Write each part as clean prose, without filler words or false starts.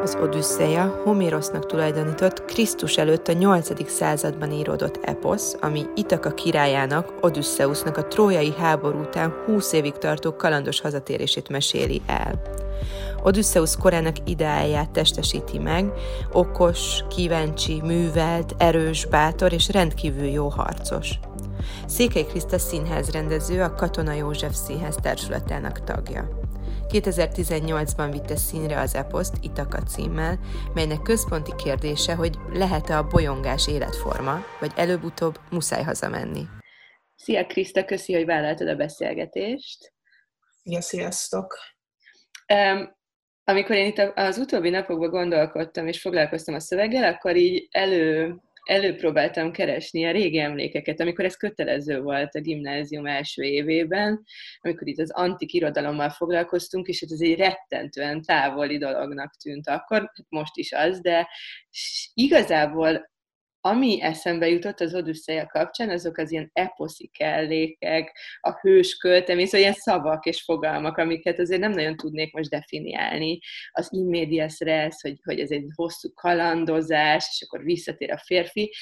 Az Odüsszeia Homérosznak tulajdonított Krisztus előtt a 8. században íródott eposz, ami Ithaka királyának, Odüsszeusznak a trójai háború után 20 évig tartó kalandos hazatérését meséli el. Odüsszeusz korának ideáját testesíti meg, okos, kíváncsi, művelt, erős, bátor és rendkívül jó harcos. Székely Kriszta színházrendező, a Katona József Színház társulatának tagja. 2018-ban vitte színre az eposzt Ithaka címmel, melynek központi kérdése, hogy lehet-e a bolyongás életforma, vagy előbb-utóbb muszáj hazamenni. Szia Kriszta, köszi, hogy vállaltad a beszélgetést. Ja, sziasztok! Amikor én itt az utóbbi napokban gondolkodtam és foglalkoztam a szöveggel, akkor így előpróbáltam keresni a régi emlékeket, amikor ez kötelező volt a gimnázium első évében, amikor itt az antik irodalommal foglalkoztunk, és ez egy rettentően távoli dolognak tűnt akkor, most is az, de igazából ami eszembe jutott az Odüsszeia kapcsán, azok az ilyen eposzi kellékek, a hős költemény, szóval ilyen szavak és fogalmak, amiket azért nem nagyon tudnék most definiálni. Az in medias res, hogy ez egy hosszú kalandozás, és akkor visszatér a férfi.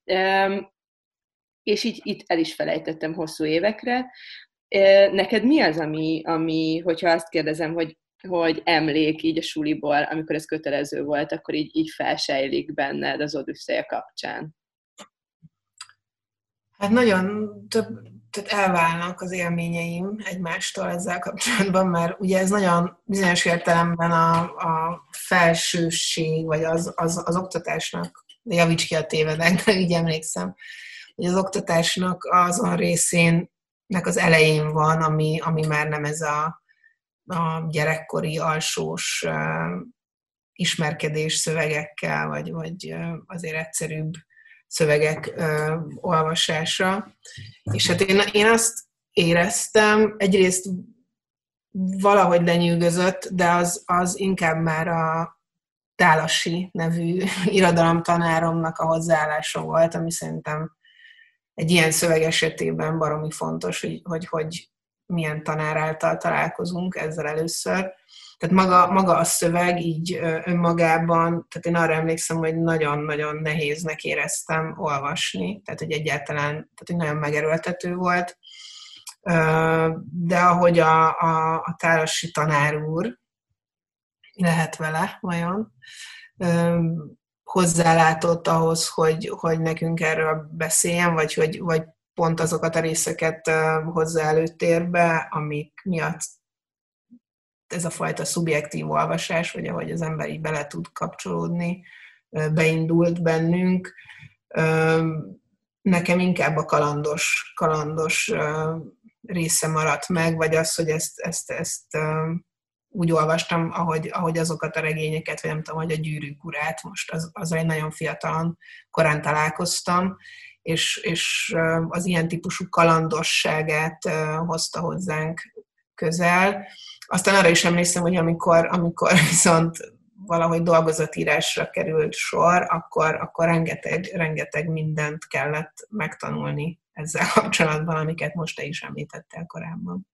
És így itt el is felejtettem hosszú évekre. Neked mi az, ami hogyha azt kérdezem, hogy emlék így a suliból, amikor ez kötelező volt, akkor így felsejlik benned az Odüsszeia kapcsán? Hát nagyon tehát elválnak az élményeim egymástól ezzel kapcsolatban, mert ugye ez nagyon bizonyos értelemben a felsőség, vagy az oktatásnak, javíts ki a tévedek, de így emlékszem, hogy az oktatásnak azon részének az elején van, ami már nem ez a gyerekkori alsós ismerkedés szövegekkel, vagy azért egyszerűbb szövegek olvasása. És hát én azt éreztem, egyrészt valahogy lenyűgözött, de az inkább már a Tálasi nevű irodalomtanáromnak a hozzáállása volt, ami szerintem egy ilyen szöveg esetében baromi fontos, hogy milyen tanár által találkozunk ezzel először. Tehát maga a szöveg így önmagában, tehát én arra emlékszem, hogy nagyon-nagyon nehéznek éreztem olvasni, tehát hogy egyáltalán, tehát hogy nagyon megerőltető volt. De ahogy a Tálasi tanár úr, lehet vele vajon, hozzálátott ahhoz, hogy nekünk erről beszéljen, vagy pont azokat a részeket hozzá előtérbe, amik miatt ez a fajta szubjektív olvasás, vagy ahogy az ember így bele tud kapcsolódni, beindult bennünk. Nekem inkább a kalandos része maradt meg, vagy az, hogy ezt úgy olvastam, ahogy azokat a regényeket, vagy nem tudom, hogy a Gyűrűk urát, most azzal egy nagyon fiatalon korán találkoztam, és az ilyen típusú kalandosságát hozta hozzánk közel. Aztán arra is emlékszem, hogy amikor viszont valahogy dolgozatírásra került sor, akkor rengeteg mindent kellett megtanulni ezzel kapcsolatban, amiket most te is említettél korábban.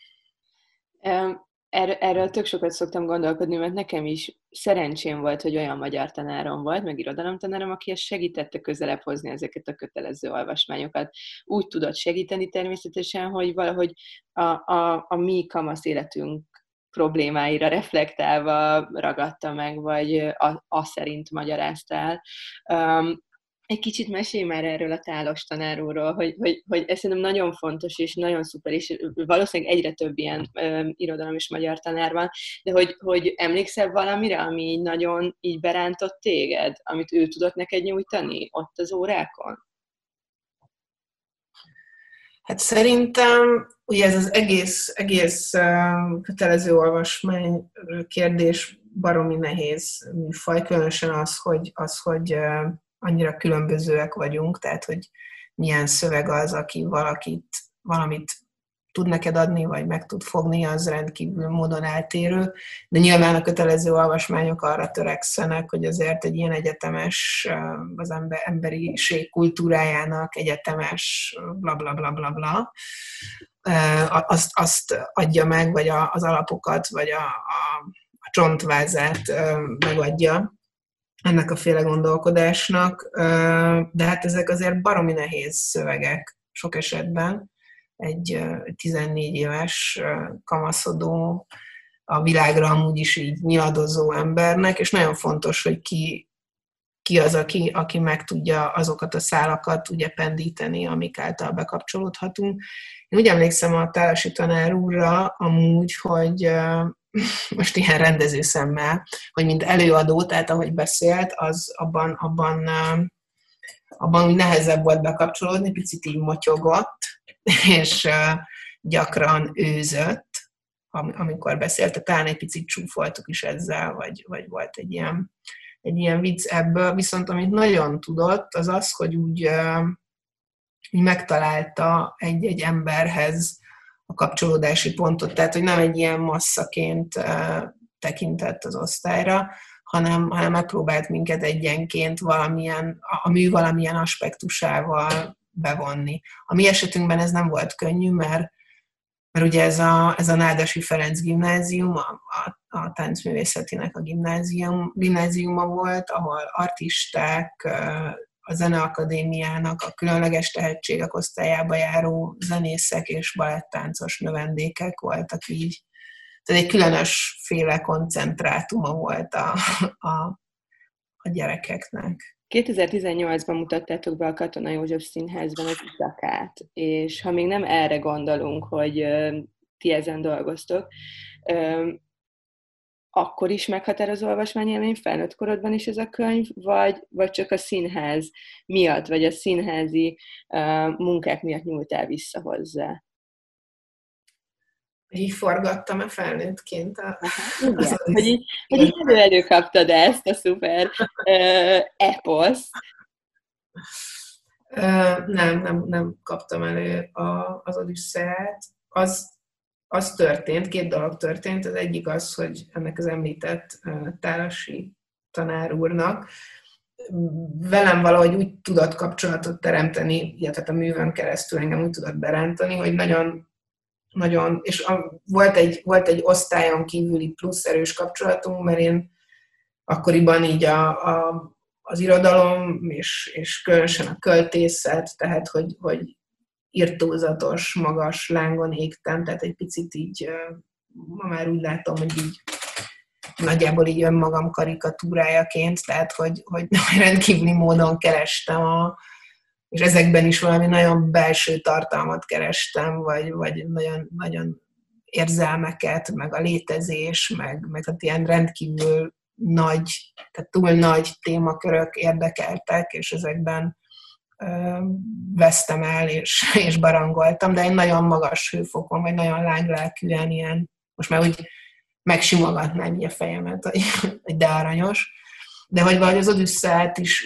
Erről tök sokat szoktam gondolkodni, mert nekem is szerencsém volt, hogy olyan magyar tanárom volt, meg irodalomtanárom, aki ezt segítette közelebb hozni ezeket a kötelező olvasmányokat. Úgy tudott segíteni természetesen, hogy valahogy a mi kamasz életünk problémáira reflektálva ragadta meg, vagy azt szerint magyaráztál. Egy kicsit mesélj már erről a Tálos tanár úrról, hogy ez szerintem nagyon fontos, és nagyon szuper, és valószínűleg egyre több ilyen irodalom és magyar tanár van, de hogy emlékszel valamire, ami így nagyon így berántott téged, amit ő tudott neked nyújtani ott az órákon? Hát szerintem ugye ez az egész kötelező olvasmány kérdés baromi nehéz műfaj, különösen az, hogy annyira különbözőek vagyunk, tehát hogy milyen szöveg az, aki valamit tud neked adni, vagy meg tud fogni, az rendkívül módon eltérő. De nyilván a kötelező olvasmányok arra törekszenek, hogy azért egy ilyen egyetemes, az emberiség kultúrájának egyetemes blablabla, azt adja meg, vagy az alapokat, vagy a csontvázát megadja ennek a féle gondolkodásnak, de hát ezek azért baromi nehéz szövegek sok esetben. Egy 14 éves kamaszodó, a világra amúgy is így nyiladozó embernek, és nagyon fontos, hogy ki az, aki meg tudja azokat a szálakat ugye pendíteni, amik által bekapcsolódhatunk. Én úgy emlékszem a Tálasi tanár úrra amúgy, hogy most ilyen rendező szemmel, hogy mint előadó, tehát ahogy beszélt, az abban úgy nehezebb volt bekapcsolódni, picit így motyogott, és gyakran őzött, amikor beszélt, talán egy picit csúfoltuk is ezzel, vagy volt egy ilyen vicc ebből, viszont amit nagyon tudott, az az, hogy úgy megtalálta egy emberhez a kapcsolódási pontot, tehát hogy nem egy ilyen masszaként tekintett az osztályra, hanem megpróbált minket egyenként a mű valamilyen aspektusával bevonni. A mi esetünkben ez nem volt könnyű, mert ugye ez a Nádasi Ferenc gimnázium, a táncművészetinek a gimnáziuma volt, ahol artisták, a Zeneakadémiának a különleges tehetségek osztályába járó zenészek és balettáncos növendékek voltak így. Tehát egy különös féle koncentrátuma volt a gyerekeknek. 2018-ban mutattátok be a Katona József Színházban az Itakát, és ha még nem erre gondolunk, hogy ti ezen dolgoztok, akkor is meghatározó olvasmányélmény felnőtt korodban is ez a könyv, vagy csak a színház miatt, vagy a színházi munkák miatt nyúltál vissza hozzá? Így forgattam-e felnőttként? Igen, hogy így előkaptad ezt a szuper eposzt. Nem kaptam elő az Odüsszeát. Az történt, két dolog történt. Az egyik az, hogy ennek az említett Tálasi tanár úrnak velem valahogy úgy tudott kapcsolatot teremteni, illetve a művön keresztül engem úgy tudott berántani, hogy nagyon, és volt egy osztályon kívüli plusz erős kapcsolatunk, mert én akkoriban így az irodalom, és különösen a költészet, tehát hogy irtózatos, magas lángon égtem, tehát egy picit így, ma már úgy látom, hogy így nagyjából így önmagam karikatúrájaként, tehát hogy rendkívüli módon kerestem és ezekben is valami nagyon belső tartalmat kerestem, vagy nagyon, nagyon érzelmeket, meg a létezés, meg ilyen rendkívül nagy, tehát túl nagy témakörök érdekeltek, és ezekben vesztem el, és barangoltam, de egy nagyon magas hőfokon, vagy nagyon lánglelkűen ilyen, most már úgy megsimogatnám így a fejemet, hogy de aranyos, de hogy valahogy az Odüsszeát is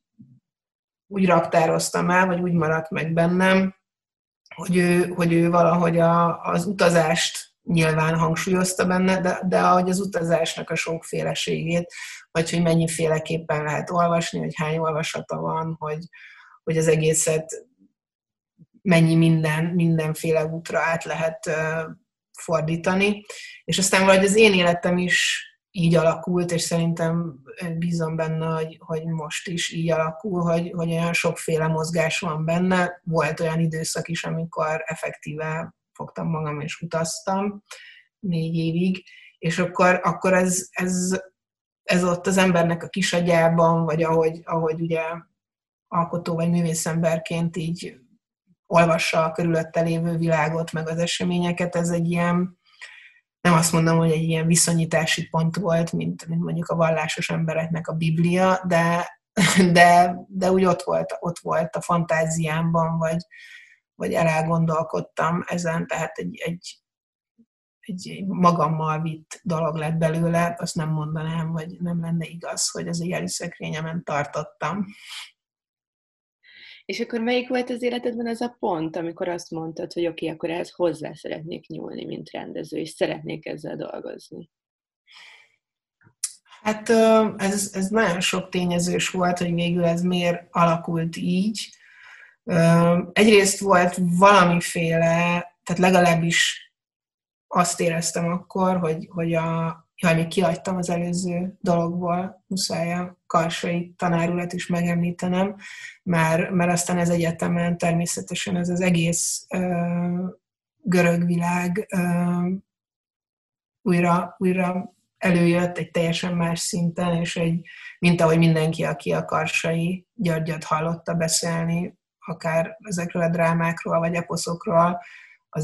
úgy raktároztam el, vagy úgy maradt meg bennem, hogy ő valahogy az utazást nyilván hangsúlyozta benne, de ahogy az utazásnak a sokféleségét, vagy hogy mennyiféleképpen lehet olvasni, hogy hány olvasata van, hogy az egészet mennyi mindenféle útra át lehet fordítani. És aztán valahogy az én életem is így alakult, és szerintem bízom benne, hogy most is így alakul, hogy olyan sokféle mozgás van benne. Volt olyan időszak is, amikor effektíve fogtam magam és utaztam 4 évig, és akkor ez ott az embernek a kisagyában, vagy ahogy ugye alkotó vagy művészemberként így olvassa a körülötte lévő világot, meg az eseményeket, ez egy ilyen, nem azt mondom, hogy egy ilyen viszonyítási pont volt, mint mondjuk a vallásos embereknek a Biblia, de úgy ott volt a fantáziámban, vagy elgondolkodtam ezen, tehát egy magammal vitt dolog lett belőle, azt nem mondanám, vagy nem lenne igaz, hogy az éjjeli szekrényemen tartottam. És akkor melyik volt az életedben az a pont, amikor azt mondtad, hogy oké, akkor ehhez hozzá szeretnék nyúlni, mint rendező, és szeretnék ezzel dolgozni? Hát ez nagyon sok tényezős volt, hogy végül ez miért alakult így. Egyrészt volt valamiféle, tehát legalábbis azt éreztem akkor, hogy Jaj, még kihagytam az előző dologból, muszáj a karsai tanárulat is megemlítenem, mert aztán az egyetemen természetesen ez az egész görög világ újra előjött egy teljesen más szinten, és mint ahogy mindenki, aki a Karsai Györgyöt hallotta beszélni, akár ezekről a drámákról, vagy eposzokról, az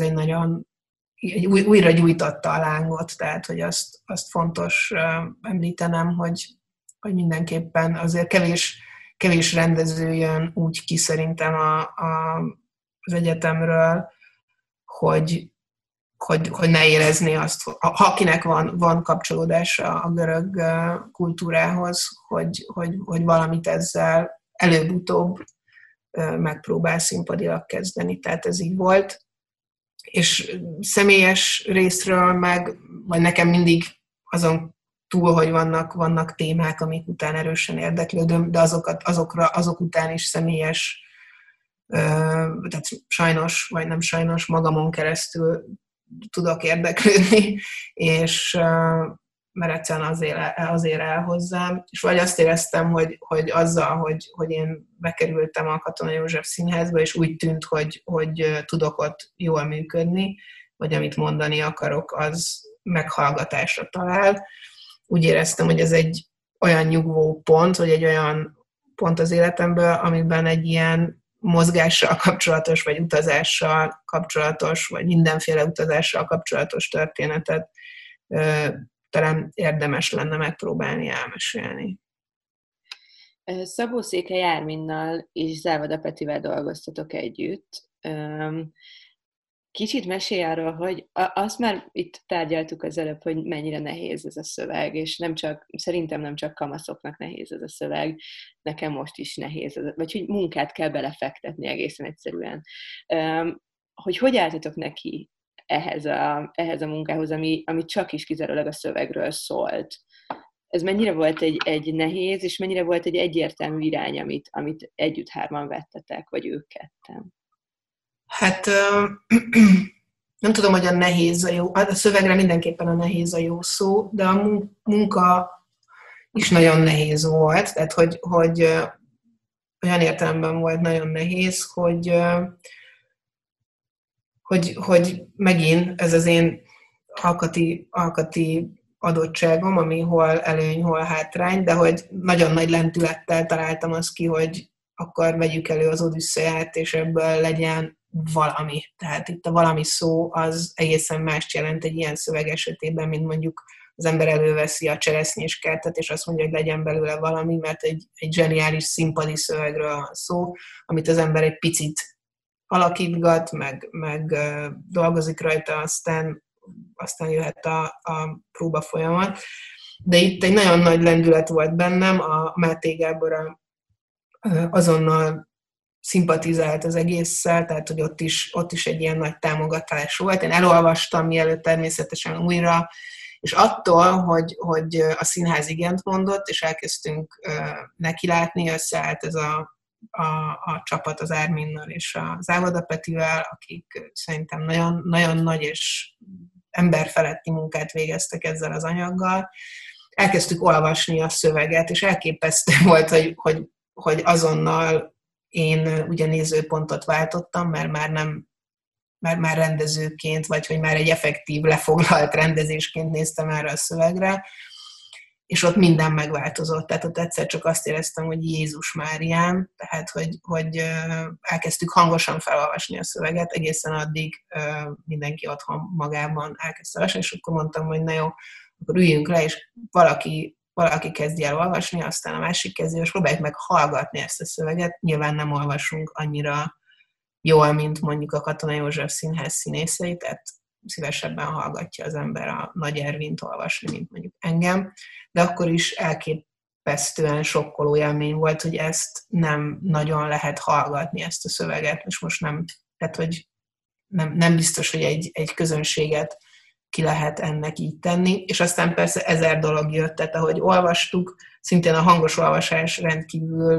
újra gyújtotta a lángot, tehát hogy azt fontos említenem, hogy mindenképpen azért kevés rendező jön úgy ki szerintem az egyetemről, hogy ne érezné azt, akinek van kapcsolódása a görög kultúrához, hogy valamit ezzel előbb-utóbb megpróbál színpadilag kezdeni. Tehát ez így volt. És személyes részről vagy nekem mindig azon túl, hogy vannak témák, amik után erősen érdeklődöm, de azok után is személyes, tehát sajnos, vagy nem sajnos, magamon keresztül tudok érdeklődni, és mert egyszerűen azért áll hozzám, és vagy azt éreztem, hogy azzal, hogy én bekerültem a Katona József Színházba, és úgy tűnt, hogy tudok ott jól működni, vagy amit mondani akarok, az meghallgatásra talál. Úgy éreztem, hogy ez egy olyan nyugvó pont, vagy egy olyan pont az életemből, amiben egy ilyen mozgással kapcsolatos, vagy utazással kapcsolatos, vagy mindenféle utazással kapcsolatos történetet talán érdemes lenne megpróbálni elmesélni. Szabó Székely Árminnal és Závada Petivel dolgoztatok együtt. Kicsit mesélj arról, hogy azt már itt tárgyaltuk az előbb, hogy mennyire nehéz ez a szöveg, és szerintem nem csak kamaszoknak nehéz ez a szöveg, nekem most is nehéz, vagy hogy munkát kell belefektetni egészen egyszerűen. Hogy álltatok neki ehhez a munkához, ami csak is kizárólag a szövegről szólt? Ez mennyire volt egy nehéz, és mennyire volt egy egyértelmű irány, amit együtt hárman vettetek, vagy ők ketten? Hát nem tudom, hogy a nehéz a jó, a szövegre mindenképpen a nehéz a jó szó, de a munka is nagyon nehéz volt, tehát hogy olyan értelemben volt nagyon nehéz, hogy megint ez az én alkati adottságom, ami hol előny, hol hátrány, de hogy nagyon nagy lendülettel találtam azt ki, hogy akkor vegyük elő az Odüsszeiát, és ebből legyen valami. Tehát itt a valami szó az egészen mást jelent egy ilyen szöveg esetében, mint mondjuk az ember előveszi a cseresznyéskertet, és azt mondja, hogy legyen belőle valami, mert egy zseniális színpadi szövegről van szó, amit az ember egy picit alakítgat, meg dolgozik rajta, aztán jöhet a próba folyamat. De itt egy nagyon nagy lendület volt bennem, a Máté Gábor azonnal szimpatizált az egésszel, tehát hogy ott is egy ilyen nagy támogatás volt. Én elolvastam mielőtt természetesen újra, és attól, hogy a színház igent mondott, és elkezdtünk nekilátni, összeállt ez a csapat az Árminnal és a Závada Petivel, akik szerintem nagyon, nagyon nagy és emberfeletti munkát végeztek ezzel az anyaggal. Elkezdtük olvasni a szöveget, és elképesztő volt, hogy azonnal én ugye nézőpontot váltottam, mert már rendezőként, vagy hogy már egy effektív, lefoglalt rendezésként néztem erre a szövegre, és ott minden megváltozott. Tehát ott egyszer csak azt éreztem, hogy Jézus Márián, tehát hogy elkezdtük hangosan felolvasni a szöveget, egészen addig mindenki otthon magában elkezdte olvasni, és akkor mondtam, hogy na jó, akkor üljünk le, és valaki kezdje el olvasni, aztán a másik kezdje, és próbáljuk meg hallgatni ezt a szöveget. Nyilván nem olvasunk annyira jól, mint mondjuk a Katona József Színház színészei, tehát szívesebben hallgatja az ember a Nagy Ervint olvasni, mint mondjuk engem, de akkor is elképesztően sokkoló élmény volt, hogy ezt nem nagyon lehet hallgatni, ezt a szöveget, és most tehát hogy nem biztos, hogy egy közönséget ki lehet ennek így tenni, és aztán persze 1000 dolog jött, tehát ahogy olvastuk, szintén a hangos olvasás rendkívül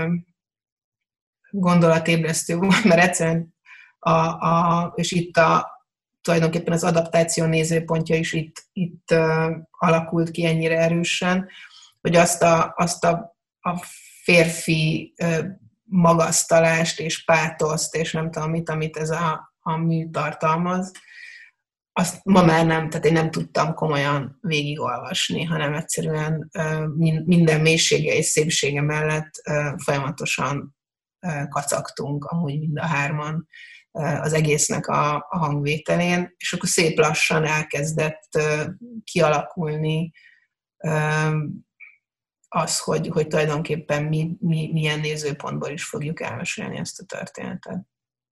gondolatébresztő volt, mert egyszerűen és itt tulajdonképpen az adaptáció nézőpontja is itt alakult ki ennyire erősen, hogy azt a férfi magasztalást és pátoszt, és nem tudom mit, amit ez a mű tartalmaz, azt ma már nem, tehát én nem tudtam komolyan végigolvasni, hanem egyszerűen minden mélysége és szépsége mellett folyamatosan kacagtunk, amúgy mind a hárman az egésznek a hangvételén, és akkor szép lassan elkezdett kialakulni az, hogy tulajdonképpen milyen nézőpontból is fogjuk elmesélni ezt a történetet.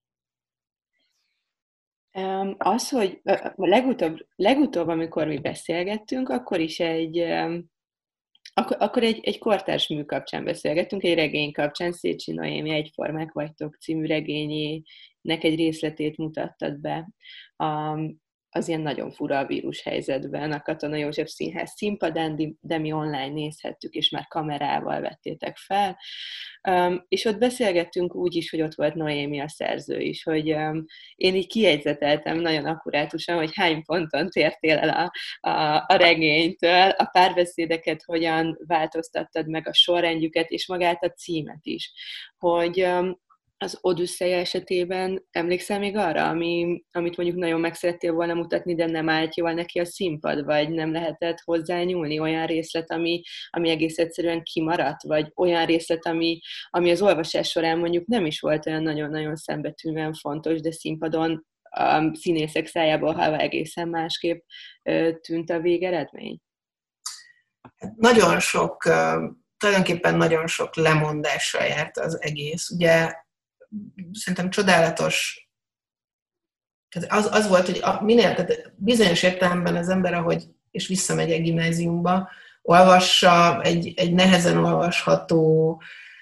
Az, hogy legutóbb, amikor mi beszélgettünk, akkor is akkor egy kortárs mű kapcsán beszélgettünk, egy regény kapcsán, Szécsi Noémi Egyformák vagytok című regényének egy részletét mutattad be. Az ilyen nagyon fura vírushelyzetben a Katona József Színház színpadán, de mi online nézhettük, és már kamerával vettétek fel. És ott beszélgettünk úgy is, hogy ott volt Noémi a szerző is, hogy én így kijegyzeteltem nagyon akkurátusan, hogy hány ponton tértél el a regénytől, a párbeszédeket hogyan változtattad meg, a sorrendjüket, és magát a címet is. Hogy az Odüsszeia esetében emlékszel még arra, amit mondjuk nagyon meg szerettél volna mutatni, de nem állt jól neki a színpad, vagy nem lehetett hozzányúlni, olyan részlet, ami egész egyszerűen kimaradt, vagy olyan részlet, ami az olvasás során mondjuk nem is volt olyan nagyon-nagyon szembetűnően fontos, de színpadon a színészek szájából hallva egészen másképp tűnt a végeredmény? Tulajdonképpen nagyon sok lemondással járt az egész. Ugye szerintem csodálatos. Tehát az volt, hogy tehát bizonyos értelemben az ember, ahogy és visszamegy egy gimnáziumba, olvassa egy nehezen olvasható,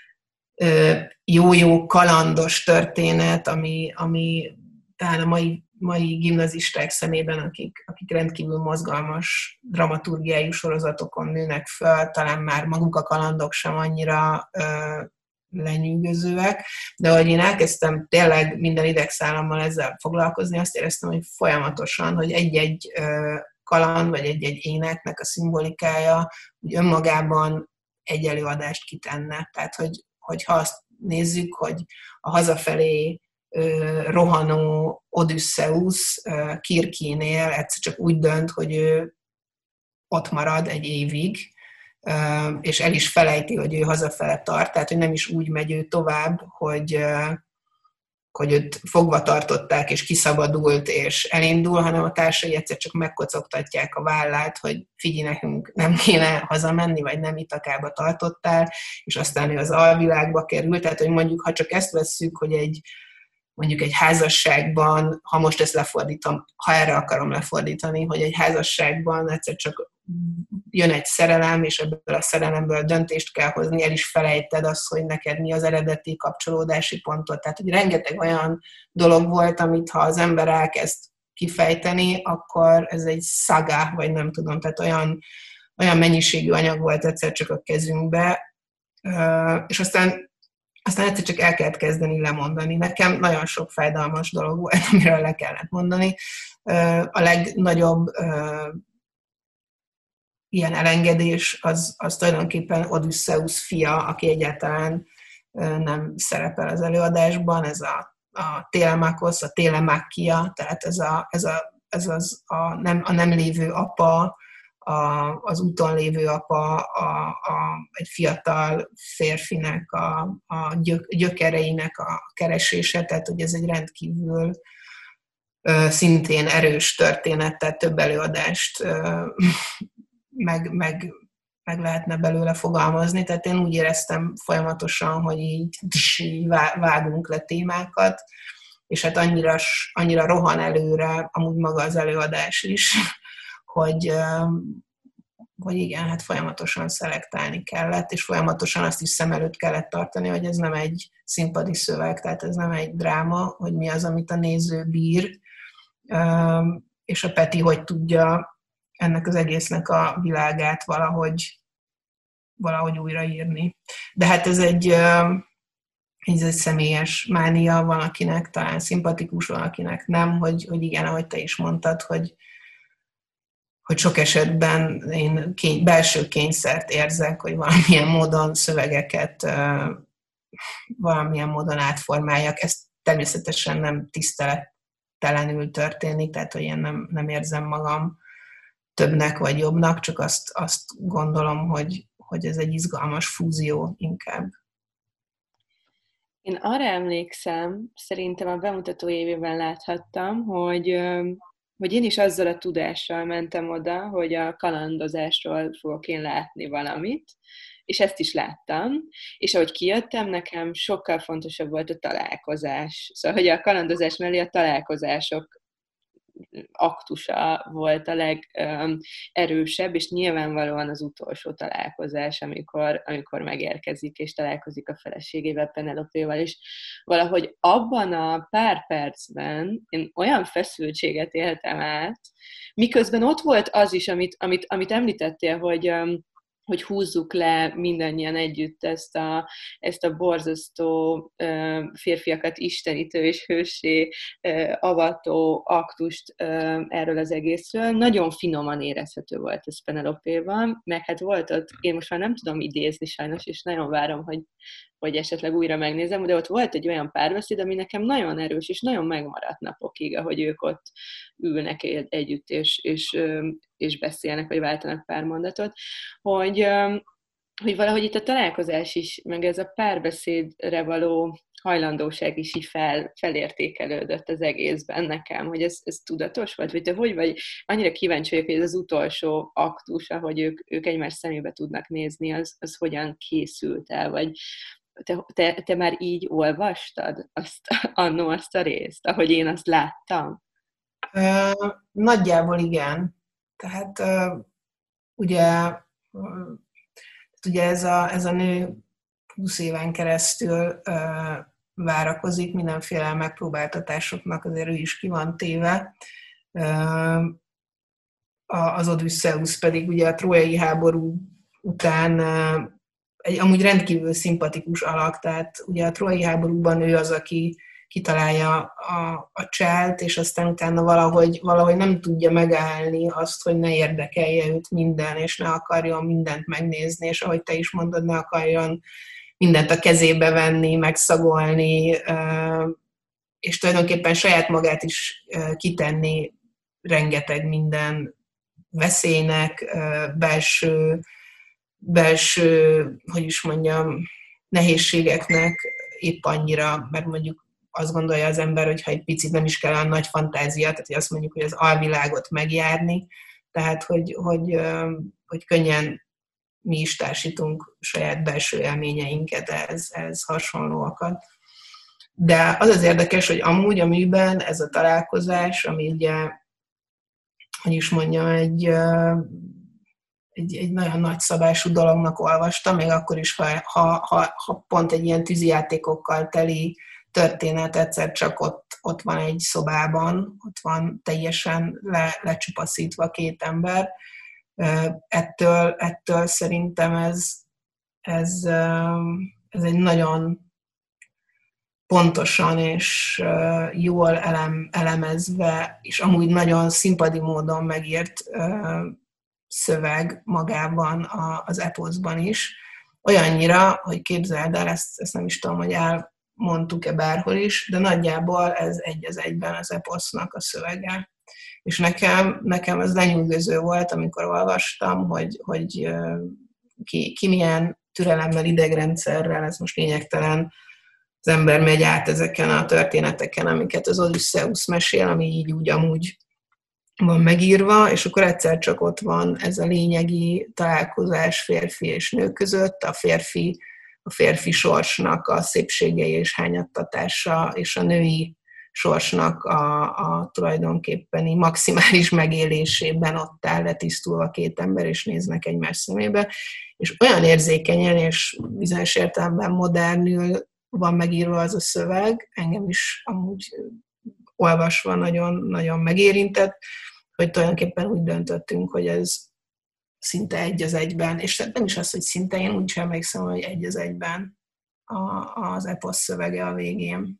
jó-jó kalandos történet, ami talán a mai gimnazisták szemében, akik rendkívül mozgalmas dramaturgiájú sorozatokon nőnek föl, talán már maguk a kalandok sem annyira lenyűgözőek, de ahogy én elkezdtem tényleg minden idegszálammal ezzel foglalkozni, azt éreztem, hogy folyamatosan, hogy egy-egy kaland, vagy egy-egy éneknek a szimbolikája úgy önmagában egy előadást kitenne. Tehát, hogyha azt nézzük, hogy a hazafelé rohanó Odüsszeusz Kirkénél egyszer csak úgy dönt, hogy ő ott marad egy évig, és el is felejti, hogy ő hazafele tart, tehát hogy nem is úgy megy ő tovább, hogy őt fogva tartották, és kiszabadult, és elindul, hanem a társai egyszer csak megkocogtatják a vállát, hogy figyelj, nekünk nem kéne hazamenni, vagy nem Itakába tartottál, és aztán ő az alvilágba kerül. Tehát, hogy mondjuk, ha csak ezt vesszük, hogy mondjuk egy házasságban, ha most ezt lefordítom, ha erre akarom lefordítani, hogy egy házasságban egyszer csak jön egy szerelem, és ebből a szerelemből döntést kell hozni, el is felejted azt, hogy neked mi az eredeti kapcsolódási pontod. Tehát, hogy rengeteg olyan dolog volt, amit ha az ember elkezd kifejteni, akkor ez egy szaga, vagy nem tudom, tehát olyan mennyiségű anyag volt egyszer csak a kezünkbe, és aztán egyszer csak el kellett kezdeni lemondani. Nekem nagyon sok fájdalmas dolog volt, amiről le kellett mondani. A legnagyobb ilyen elengedés az tulajdonképpen Odüsszeusz fia, aki egyáltalán nem szerepel az előadásban, ez a Télemákosz, a Télemákia, tehát ez a nem lévő apa, az úton lévő apa, egy fiatal férfinek a gyökereinek a keresése, tehát hogy ez egy rendkívül szintén erős történet, tehát több előadást meg lehetne belőle fogalmazni, tehát én úgy éreztem folyamatosan, hogy így vágunk le témákat, és hát annyira rohan előre amúgy maga az előadás is, hogy igen, hát folyamatosan szelektálni kellett, és folyamatosan azt is szem előtt kellett tartani, hogy ez nem egy színpadi szöveg, tehát ez nem egy dráma, hogy mi az, amit a néző bír, és a Peti hogy tudja ennek az egésznek a világát valahogy újraírni. De hát ez egy személyes mánia, van akinek talán szimpatikus, van akinek nem, hogy igen, ahogy te is mondtad, hogy sok esetben én belső kényszert érzek, hogy valamilyen módon szövegeket valamilyen módon átformáljak. Ez természetesen nem tisztelettelenül történik, tehát hogy én nem érzem magam többnek vagy jobbnak, csak azt gondolom, hogy ez egy izgalmas fúzió inkább. Én arra emlékszem, szerintem a bemutató évében láthattam, hogy én is azzal a tudással mentem oda, hogy a kalandozásról fogok én látni valamit, és ezt is láttam, és ahogy kijöttem, nekem sokkal fontosabb volt a találkozás. Szóval, hogy a kalandozás mellé a találkozások aktusa volt a legerősebb, és nyilvánvalóan az utolsó találkozás, amikor megérkezik, és találkozik a feleségével, Penelopéval, és valahogy abban a pár percben én olyan feszültséget éltem át, miközben ott volt az is, amit említettél, hogy húzzuk le mindannyian együtt ezt a borzasztó férfiakat istenítő és hőssé avató aktust erről az egészről. Nagyon finoman érezhető volt ez Penelopéban, meg hát volt ott, én most már nem tudom idézni sajnos, és nagyon várom, hogy esetleg újra megnézem, de ott volt egy olyan párbeszéd, ami nekem nagyon erős, és nagyon megmaradt napokig, ahogy ők ott ülnek együtt, és beszélnek, vagy váltanak pár mondatot, hogy valahogy itt a találkozás is, meg ez a párbeszédre való hajlandóság is így felértékelődött az egészben nekem, hogy ez tudatos volt, vagy te hogy vagy? Annyira kíváncsi vagyok, hogy ez az utolsó aktus, ahogy ők egymás szemébe tudnak nézni, az hogyan készült el, vagy te már így olvastad annó azt a részt, ahogy én azt láttam? Nagyjából igen. Tehát ugye ez a nő 20 éven keresztül várakozik, mindenféle megpróbáltatásoknak azért ő is ki van téve. Az Odüsszeusz pedig ugye a trójai háború után egy amúgy rendkívül szimpatikus alak, tehát ugye a trójai háborúban ő az, aki kitalálja a csált, és aztán utána valahogy nem tudja megállni azt, hogy ne érdekelje őt minden, és ne akarjon mindent megnézni, és ahogy te is mondod, ne akarjon mindent a kezébe venni, megszagolni, és tulajdonképpen saját magát is kitenni rengeteg minden veszélynek, belső, hogy is mondjam, nehézségeknek épp annyira, mert mondjuk azt gondolja az ember, hogy ha egy picit nem is kell olyan nagy fantázia, tehát hogy azt mondjuk, hogy az alvilágot megjárni, tehát hogy könnyen mi is társítunk saját belső élményeinket ehhez hasonlóakat. De az érdekes, hogy amúgy a műben ez a találkozás, ami ugye, hogy is mondjam, egy nagyon nagyszabású dolognak olvastam, még akkor is, ha pont egy ilyen tűzijátékokkal teli történet egyszer csak ott van egy szobában, ott van teljesen lecsupaszítva két ember. Ettől szerintem ez egy nagyon pontosan és jól elemezve, és amúgy nagyon színpadi módon megírt szöveg magában az eposzban is. Olyannyira, hogy képzeld el, ezt nem is tudom, hogy elmondtuk-e bárhol is, de nagyjából ez egy az egyben az eposznak a szövege. És nekem ez lenyűgöző volt, amikor olvastam, hogy ki milyen türelemmel, idegrendszerrel, ez most lényegtelen, az ember megy át ezeken a történeteken, amiket az Odüsszeusz mesél, ami így úgy amúgy van megírva, és akkor egyszer csak ott van ez a lényegi találkozás férfi és nő között, a férfi sorsnak a szépségei és hányattatása, és a női sorsnak a tulajdonképpeni maximális megélésében ott áll letisztulva két ember, és néznek egymás szemébe, és olyan érzékenyen és bizonyos értelemben modernül van megírva az a szöveg, engem is amúgy olvasva nagyon megérintett, hogy tulajdonképpen úgy döntöttünk, hogy ez szinte egy az egyben, és nem is az, hogy szinte, én úgy sem emlékszem, hogy egy az egyben az eposz szövege a végén.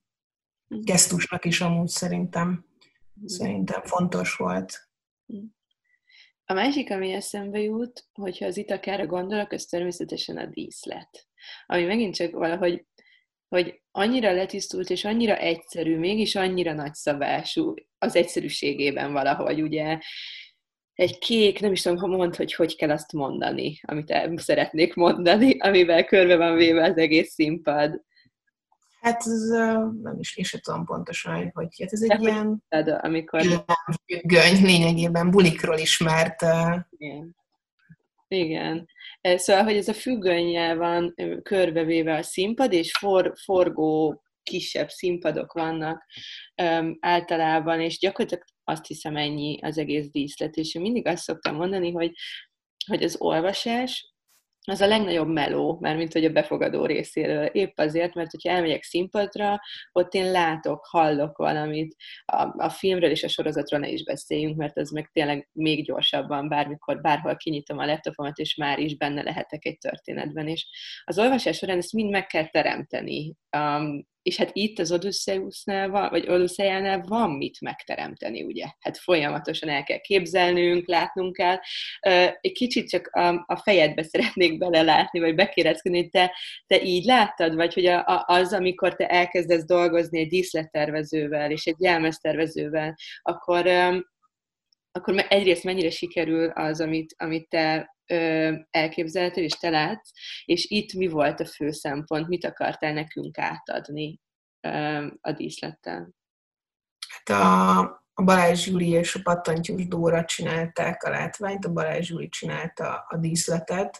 Gesztusnak is amúgy szerintem fontos volt. A másik, ami eszembe jut, hogyha az Itakára gondolok, az természetesen a díszlet. Ami megint csak valahogy hogy annyira letisztult és annyira egyszerű, mégis annyira nagyszabású az egyszerűségében valahogy, ugye egy kék, nem is tudom, ha mondd, hogy kell azt mondani, amit szeretnék mondani, amivel körbe van véve az egész színpad. Hát ez nem is, én sem tudom pontosan, hogy hát ez De egy ilyen amikor... göny lényegében, bulikról ismert. Igen. Igen. Szóval, hogy ez a függönnyel van körbevéve a színpad, és forgó kisebb színpadok vannak általában, és gyakorlatilag azt hiszem ennyi az egész díszlet. És én mindig azt szoktam mondani, hogy az olvasás az a legnagyobb meló, mármint hogy a befogadó részéről. Épp azért, mert hogyha elmegyek színpadra, ott én látok, hallok valamit. A filmről és a sorozatról ne is beszéljünk, mert az meg tényleg még gyorsabban, bármikor, bárhol kinyitom a laptopomat, és már is benne lehetek egy történetben. És az olvasás során ezt mind meg kell teremteni. És hát itt az Odüsszeiusznál, vagy Odüsszeiánál van mit megteremteni, ugye? Hát folyamatosan el kell képzelnünk, látnunk kell. Egy kicsit csak a fejedbe szeretnék belelátni, vagy bekéreckedni, hogy te így láttad, vagy hogy az, amikor te elkezdesz dolgozni egy díszlettervezővel, és egy jelmeztervezővel, akkor egyrészt mennyire sikerül az, amit te elképzeltél, és te látsz, és itt mi volt a fő szempont, mit akartál nekünk átadni a díszlettel? Hát a Balázs Júli és a Pattantyús Dóra csinálták a látványt, a Balázs Júli csinálta a díszletet.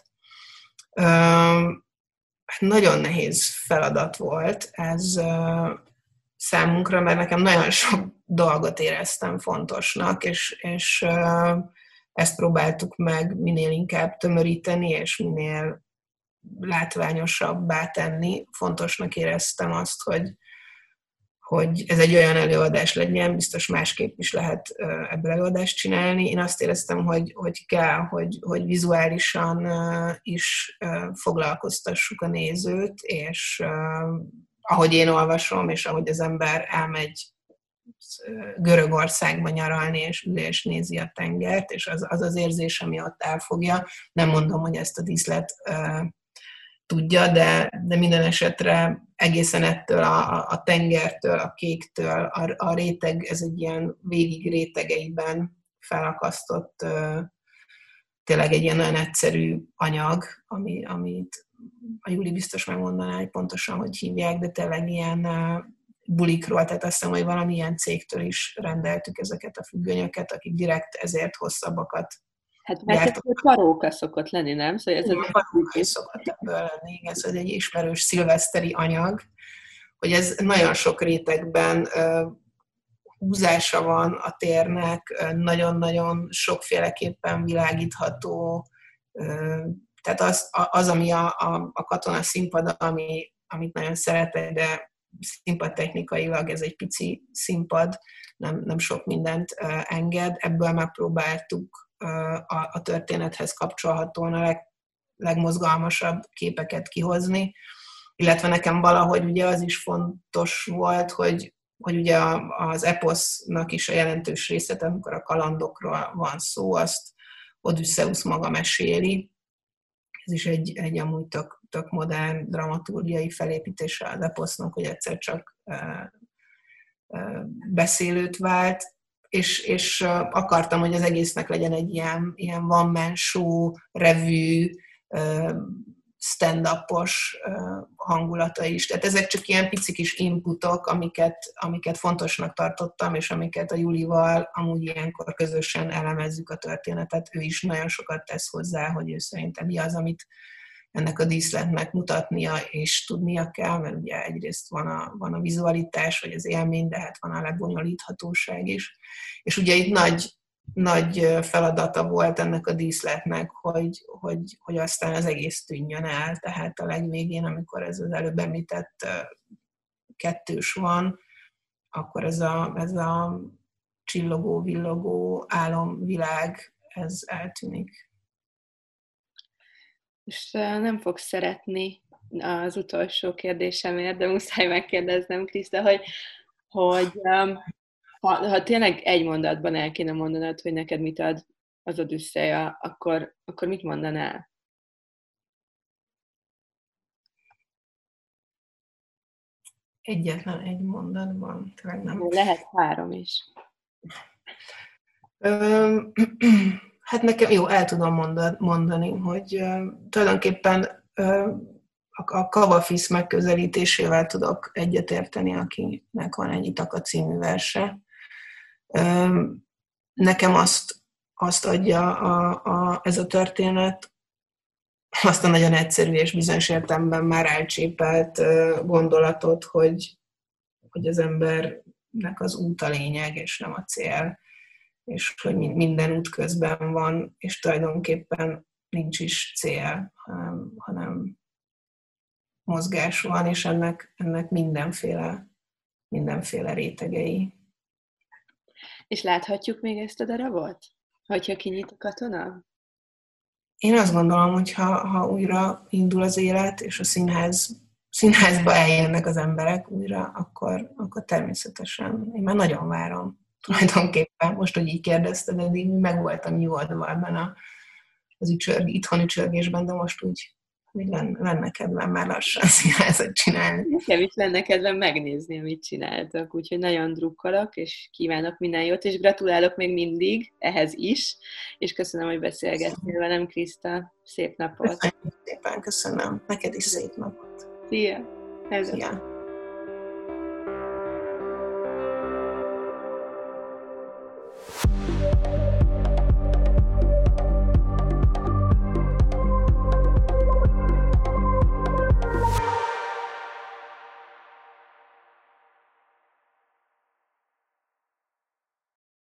Nagyon nehéz feladat volt ez számunkra, mert nekem nagyon sok dolgot éreztem fontosnak, és ezt próbáltuk meg minél inkább tömöríteni, és minél látványosabbá tenni. Fontosnak éreztem azt, hogy ez egy olyan előadás legyen, biztos másképp is lehet ebből előadást csinálni. Én azt éreztem, hogy kell, hogy vizuálisan is foglalkoztassuk a nézőt, és ahogy én olvasom, és ahogy az ember elmegy Görögországba nyaralni, és ül és nézi a tengert, és az érzés, ami ott elfogja. Nem mondom, hogy ezt a díszlet tudja, de minden esetre egészen ettől a tengertől, a kéktől, a réteg, ez egy ilyen végig rétegeiben felakasztott, tényleg egy ilyen nagyon egyszerű anyag, amit a Júli biztos megmondaná, hogy pontosan hogy hívják, de tényleg ilyen bulikról, tehát azt hiszem, hogy valamilyen cégtől is rendeltük ezeket a függönyöket, akik direkt ezért hosszabbakat Hát mert ez a paróka szokott lenni, nem? Szóval ez a paróka is szokott ebből lenni, igen, szóval ez egy ismerős szilveszteri anyag, hogy ez nagyon sok rétegben húzása van a térnek, nagyon-nagyon sokféleképpen világítható, tehát az ami a Katona színpad, amit nagyon szeretek, de színpadtechnikailag ez egy pici színpad, nem sok mindent enged, ebből megpróbáltuk a történethez kapcsolhatóan a legmozgalmasabb képeket kihozni, illetve nekem valahogy ugye az is fontos volt, hogy ugye az eposznak is a jelentős része, amikor a kalandokról van szó, azt Odüsszeusz maga meséli. Ez is egy amúgy tök modern dramaturgiai felépítése az eposznak, hogy egyszer csak beszélőt vált, és akartam, hogy az egésznek legyen egy ilyen one-man show, revű, stand-upos hangulata is. Tehát ezek csak ilyen pici kis inputok, amiket fontosnak tartottam, és amiket a Julival amúgy ilyenkor közösen elemezzük a történetet. Ő is nagyon sokat tesz hozzá, hogy ő szerintem mi az, amit ennek a díszletnek mutatnia és tudnia kell, mert ugye egyrészt van a vizualitás, vagy az élmény, de hát van a lebonyolíthatóság is. És ugye itt nagy feladata volt ennek a díszletnek, hogy aztán az egész tűnjön el, tehát a legvégén, amikor ez az előbb említett kettős van, akkor ez a csillogó, villogó álomvilág, ez eltűnik. És nem fogsz szeretni az utolsó kérdésemért, de muszáj megkérdeznem, Kriszta, hogy ha tényleg egy mondatban el kéne mondanod, hogy neked mit ad az Odüsszeja, akkor mit mondanál? Egyetlen egy mondatban, tényleg nem. Lehet 3 is. Hát nekem jó, el tudom mondani, hogy tulajdonképpen a Kavafisz megközelítésével tudok egyetérteni, akinek van egy Itaka című verse. Nekem azt adja ez a történet, azt a nagyon egyszerű és bizonyos értelemben már elcsépelt gondolatot, hogy az embernek az út a lényeg, és nem a cél, és hogy minden út közben van, és tulajdonképpen nincs is cél, hanem mozgás van, és ennek mindenféle rétegei. És láthatjuk még ezt a darabot? Hogyha kinyit a katona? Én azt gondolom, hogy ha újra indul az élet, és a színházba eljönnek az emberek újra, akkor természetesen én már nagyon várom. Tulajdonképpen, most, hogy így kérdezted, eddig meg voltam nyugodva ebben az itthoni csörgésben, de most úgy lenne kedvem már lassan színházat csinálni. Nekem is lenne kedvem megnézni, amit csináltak, úgyhogy nagyon drukkolok, és kívánok minden jót, és gratulálok még mindig ehhez is, és köszönöm, hogy beszélgettél velem, Kriszta. Szép napot! Köszönöm szépen, köszönöm. Neked is szép napot. Szia! Szia!